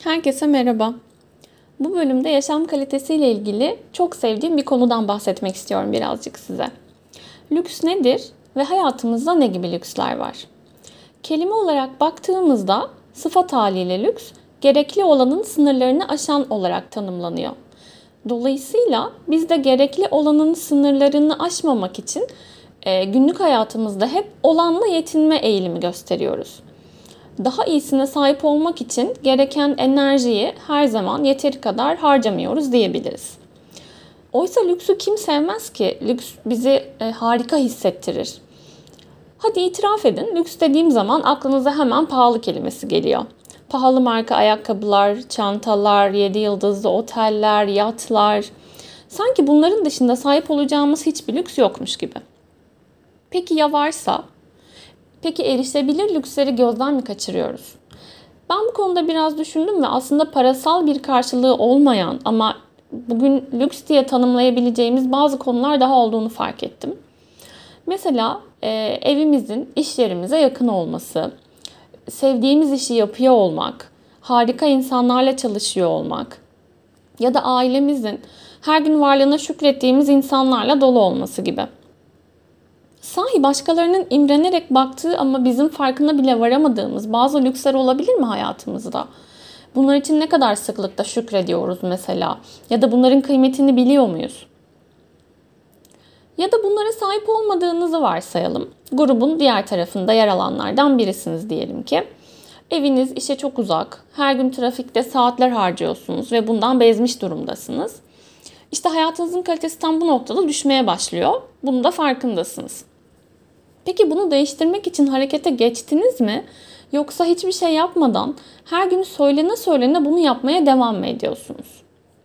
Herkese merhaba. Bu bölümde yaşam kalitesiyle ilgili çok sevdiğim bir konudan bahsetmek istiyorum birazcık size. Lüks nedir ve hayatımızda ne gibi lüksler var? Kelime olarak baktığımızda sıfat haliyle lüks, gerekli olanın sınırlarını aşan olarak tanımlanıyor. Dolayısıyla biz de gerekli olanın sınırlarını aşmamak için günlük hayatımızda hep olanla yetinme eğilimi gösteriyoruz. Daha iyisine sahip olmak için gereken enerjiyi her zaman yeteri kadar harcamıyoruz diyebiliriz. Oysa lüksü kim sevmez ki? Lüks bizi harika hissettirir. Hadi itiraf edin, lüks dediğim zaman aklınıza hemen pahalı kelimesi geliyor. Pahalı marka ayakkabılar, çantalar, 7 yıldızlı oteller, yatlar. Sanki bunların dışında sahip olacağımız hiçbir lüks yokmuş gibi. Peki ya varsa? Peki erişilebilir lüksleri gözden mi kaçırıyoruz? Ben bu konuda biraz düşündüm ve aslında parasal bir karşılığı olmayan ama bugün lüks diye tanımlayabileceğimiz bazı konular daha olduğunu fark ettim. Mesela evimizin iş yerimize yakın olması, sevdiğimiz işi yapıyor olmak, harika insanlarla çalışıyor olmak ya da ailemizin her gün varlığına şükrettiğimiz insanlarla dolu olması gibi. Sahi başkalarının imrenerek baktığı ama bizim farkına bile varamadığımız bazı lüksler olabilir mi hayatımızda? Bunlar için ne kadar sıklıkla şükrediyoruz mesela? Ya da bunların kıymetini biliyor muyuz? Ya da bunlara sahip olmadığınızı varsayalım. Grubun diğer tarafında yer alanlardan birisiniz diyelim ki. Eviniz işe çok uzak, her gün trafikte saatler harcıyorsunuz ve bundan bezmiş durumdasınız. İşte hayatınızın kalitesi tam bu noktada düşmeye başlıyor. Bunun da farkındasınız. Peki bunu değiştirmek için harekete geçtiniz mi? Yoksa hiçbir şey yapmadan her gün söylene söylene bunu yapmaya devam mı ediyorsunuz?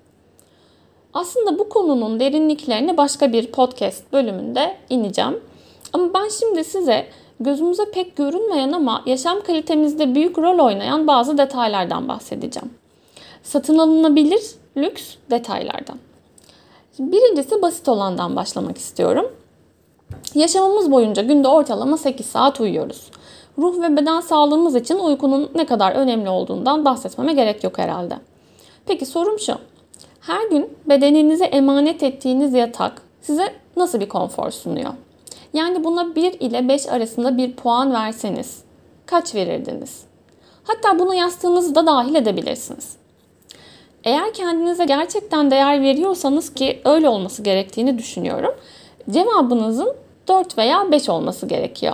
Aslında bu konunun derinliklerine başka bir podcast bölümünde ineceğim. Ama ben şimdi size gözümüze pek görünmeyen ama yaşam kalitemizde büyük rol oynayan bazı detaylardan bahsedeceğim. Satın alınabilir lüks detaylardan. Birincisi basit olandan başlamak istiyorum. Yaşamımız boyunca günde ortalama 8 saat uyuyoruz. Ruh ve beden sağlığımız için uykunun ne kadar önemli olduğundan bahsetmeme gerek yok herhalde. Peki sorum şu. Her gün bedeninize emanet ettiğiniz yatak size nasıl bir konfor sunuyor? Yani buna 1 ile 5 arasında bir puan verseniz kaç verirdiniz? Hatta buna yastığınızı da dahil edebilirsiniz. Eğer kendinize gerçekten değer veriyorsanız ki öyle olması gerektiğini düşünüyorum, cevabınızın 4 veya 5 olması gerekiyor.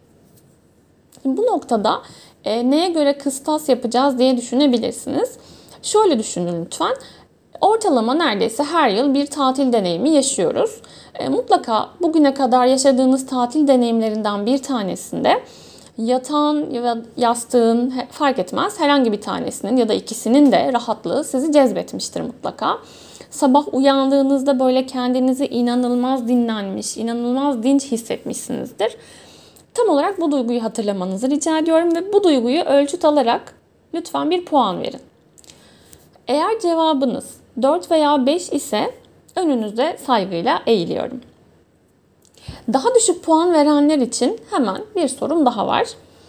Bu noktada neye göre kıstas yapacağız diye düşünebilirsiniz. Şöyle düşünün lütfen. Ortalama neredeyse her yıl bir tatil deneyimi yaşıyoruz. Mutlaka bugüne kadar yaşadığınız tatil deneyimlerinden bir tanesinde yatağın ya da yastığın fark etmez herhangi bir tanesinin ya da ikisinin de rahatlığı sizi cezbetmiştir mutlaka. Sabah uyandığınızda böyle kendinizi inanılmaz dinlenmiş, inanılmaz dinç hissetmişsinizdir. Tam olarak bu duyguyu hatırlamanızı rica ediyorum ve bu duyguyu ölçüt alarak lütfen bir puan verin. Eğer cevabınız 4 veya 5 ise önünüzde saygıyla eğiliyorum. Daha düşük puan verenler için hemen bir sorum daha var.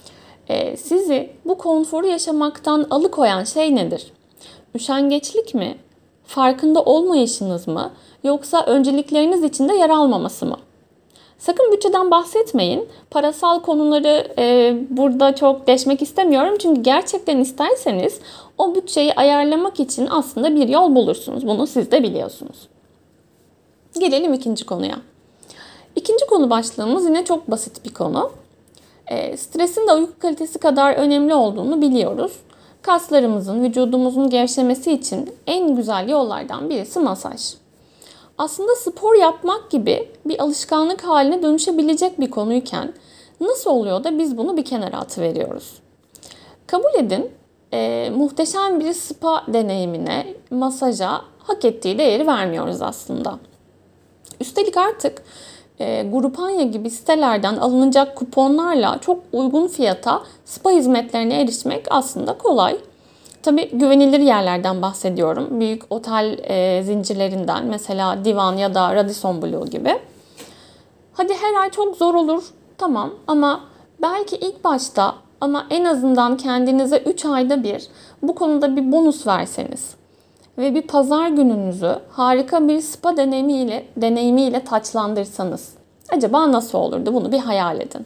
Sizi bu konforu yaşamaktan alıkoyan şey nedir? Üşengeçlik mi? Farkında olmayışınız mı? Yoksa öncelikleriniz içinde yer almaması mı? Sakın bütçeden bahsetmeyin. Parasal konuları burada çok deşmek istemiyorum. Çünkü gerçekten isterseniz o bütçeyi ayarlamak için aslında bir yol bulursunuz. Bunu siz de biliyorsunuz. Gelelim ikinci konuya. İkinci konu başlığımız yine çok basit bir konu. Stresin de uyku kalitesi kadar önemli olduğunu biliyoruz. Kaslarımızın, vücudumuzun gevşemesi için en güzel yollardan birisi masaj. Aslında spor yapmak gibi bir alışkanlık haline dönüşebilecek bir konuyken nasıl oluyor da biz bunu bir kenara atıveriyoruz? Kabul edin, muhteşem bir spa deneyimine, masaja hak ettiği değeri vermiyoruz aslında. Üstelik artık Grupanya gibi sitelerden alınacak kuponlarla çok uygun fiyata spa hizmetlerine erişmek aslında kolay. Tabii güvenilir yerlerden bahsediyorum. Büyük otel zincirlerinden mesela Divan ya da Radisson Blu gibi. Hadi her ay çok zor olur tamam ama belki ilk başta Ama en azından kendinize 3 ayda bir bu konuda bir bonus verseniz ve bir pazar gününüzü harika bir spa deneyimiyle taçlandırsanız acaba nasıl olurdu? Bunu bir hayal edin.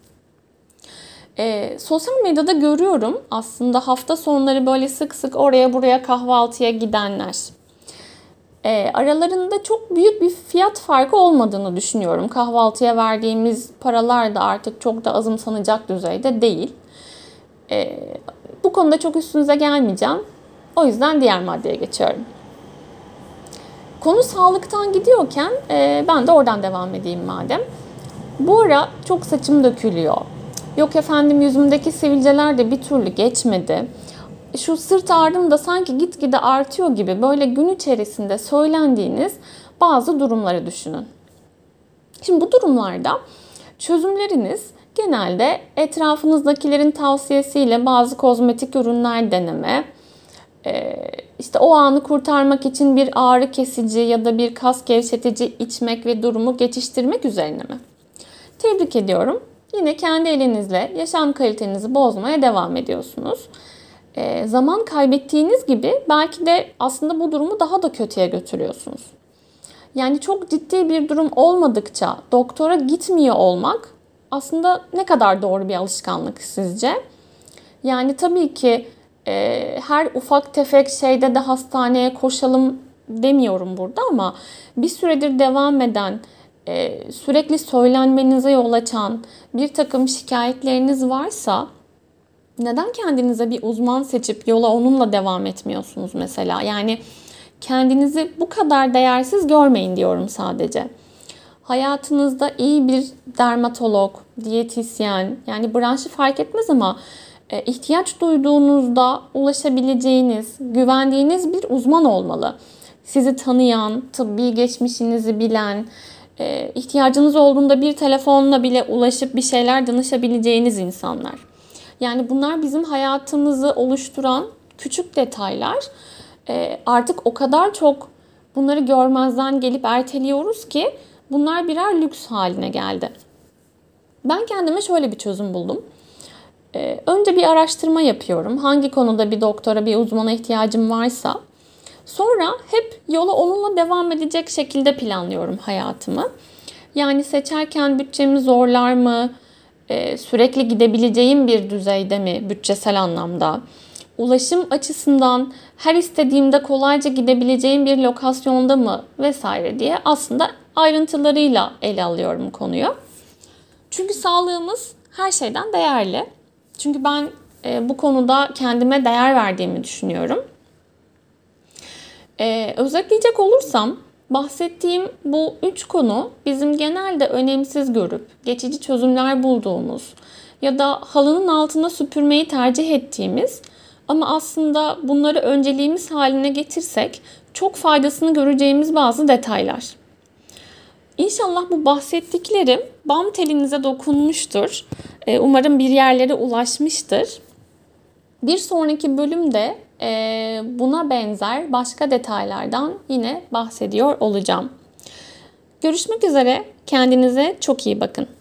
Sosyal medyada görüyorum aslında hafta sonları böyle sık sık oraya buraya kahvaltıya gidenler. Aralarında çok büyük bir fiyat farkı olmadığını düşünüyorum. Kahvaltıya verdiğimiz paralar da artık çok da azımsanacak düzeyde değil. Bu konuda çok üstünüze gelmeyeceğim. O yüzden diğer maddeye geçiyorum. Konu sağlıktan gidiyorken ben de oradan devam edeyim madem. Bu ara çok saçım dökülüyor. Yok efendim yüzümdeki sivilceler de bir türlü geçmedi. Şu sırt ağrım da sanki gitgide artıyor gibi böyle gün içerisinde söylendiğiniz bazı durumları düşünün. Şimdi bu durumlarda çözümleriniz genelde etrafınızdakilerin tavsiyesiyle bazı kozmetik ürünler deneme, işte o anı kurtarmak için bir ağrı kesici ya da bir kas gevşetici içmek ve durumu geçiştirmek üzerine mi? Tebrik ediyorum. Yine kendi elinizle yaşam kalitenizi bozmaya devam ediyorsunuz. Zaman kaybettiğiniz gibi belki de aslında bu durumu daha da kötüye götürüyorsunuz. Yani çok ciddi bir durum olmadıkça doktora gitmiyor olmak aslında ne kadar doğru bir alışkanlık sizce? Yani tabii ki her ufak tefek şeyde de hastaneye koşalım demiyorum burada ama bir süredir devam eden, sürekli söylenmenize yol açan bir takım şikayetleriniz varsa neden kendinize bir uzman seçip yola onunla devam etmiyorsunuz mesela? Yani kendinizi bu kadar değersiz görmeyin diyorum sadece. Hayatınızda iyi bir dermatolog, diyetisyen, yani branşı fark etmez ama ihtiyaç duyduğunuzda ulaşabileceğiniz, güvendiğiniz bir uzman olmalı. Sizi tanıyan, tıbbi geçmişinizi bilen, ihtiyacınız olduğunda bir telefonla bile ulaşıp bir şeyler danışabileceğiniz insanlar. Yani bunlar bizim hayatımızı oluşturan küçük detaylar. Artık o kadar çok bunları görmezden gelip erteliyoruz ki bunlar birer lüks haline geldi. Ben kendime şöyle bir çözüm buldum. Önce bir araştırma yapıyorum. Hangi konuda bir doktora, bir uzmana ihtiyacım varsa. Sonra hep yola onunla devam edecek şekilde planlıyorum hayatımı. Yani seçerken bütçemi zorlar mı? Sürekli gidebileceğim bir düzeyde mi bütçesel anlamda? Ulaşım açısından her istediğimde kolayca gidebileceğim bir lokasyonda mı vesaire diye aslında ayrıntılarıyla ele alıyorum konuyu. Çünkü sağlığımız her şeyden değerli. Çünkü ben bu konuda kendime değer verdiğimi düşünüyorum. Özetleyecek olursam bahsettiğim bu 3 konu bizim genelde önemsiz görüp geçici çözümler bulduğumuz ya da halının altına süpürmeyi tercih ettiğimiz ama aslında bunları önceliğimiz haline getirsek çok faydasını göreceğimiz bazı detaylar. İnşallah bu bahsettiklerim bam telinize dokunmuştur. Umarım bir yerlere ulaşmıştır. Bir sonraki bölümde buna benzer başka detaylardan yine bahsediyor olacağım. Görüşmek üzere. Kendinize çok iyi bakın.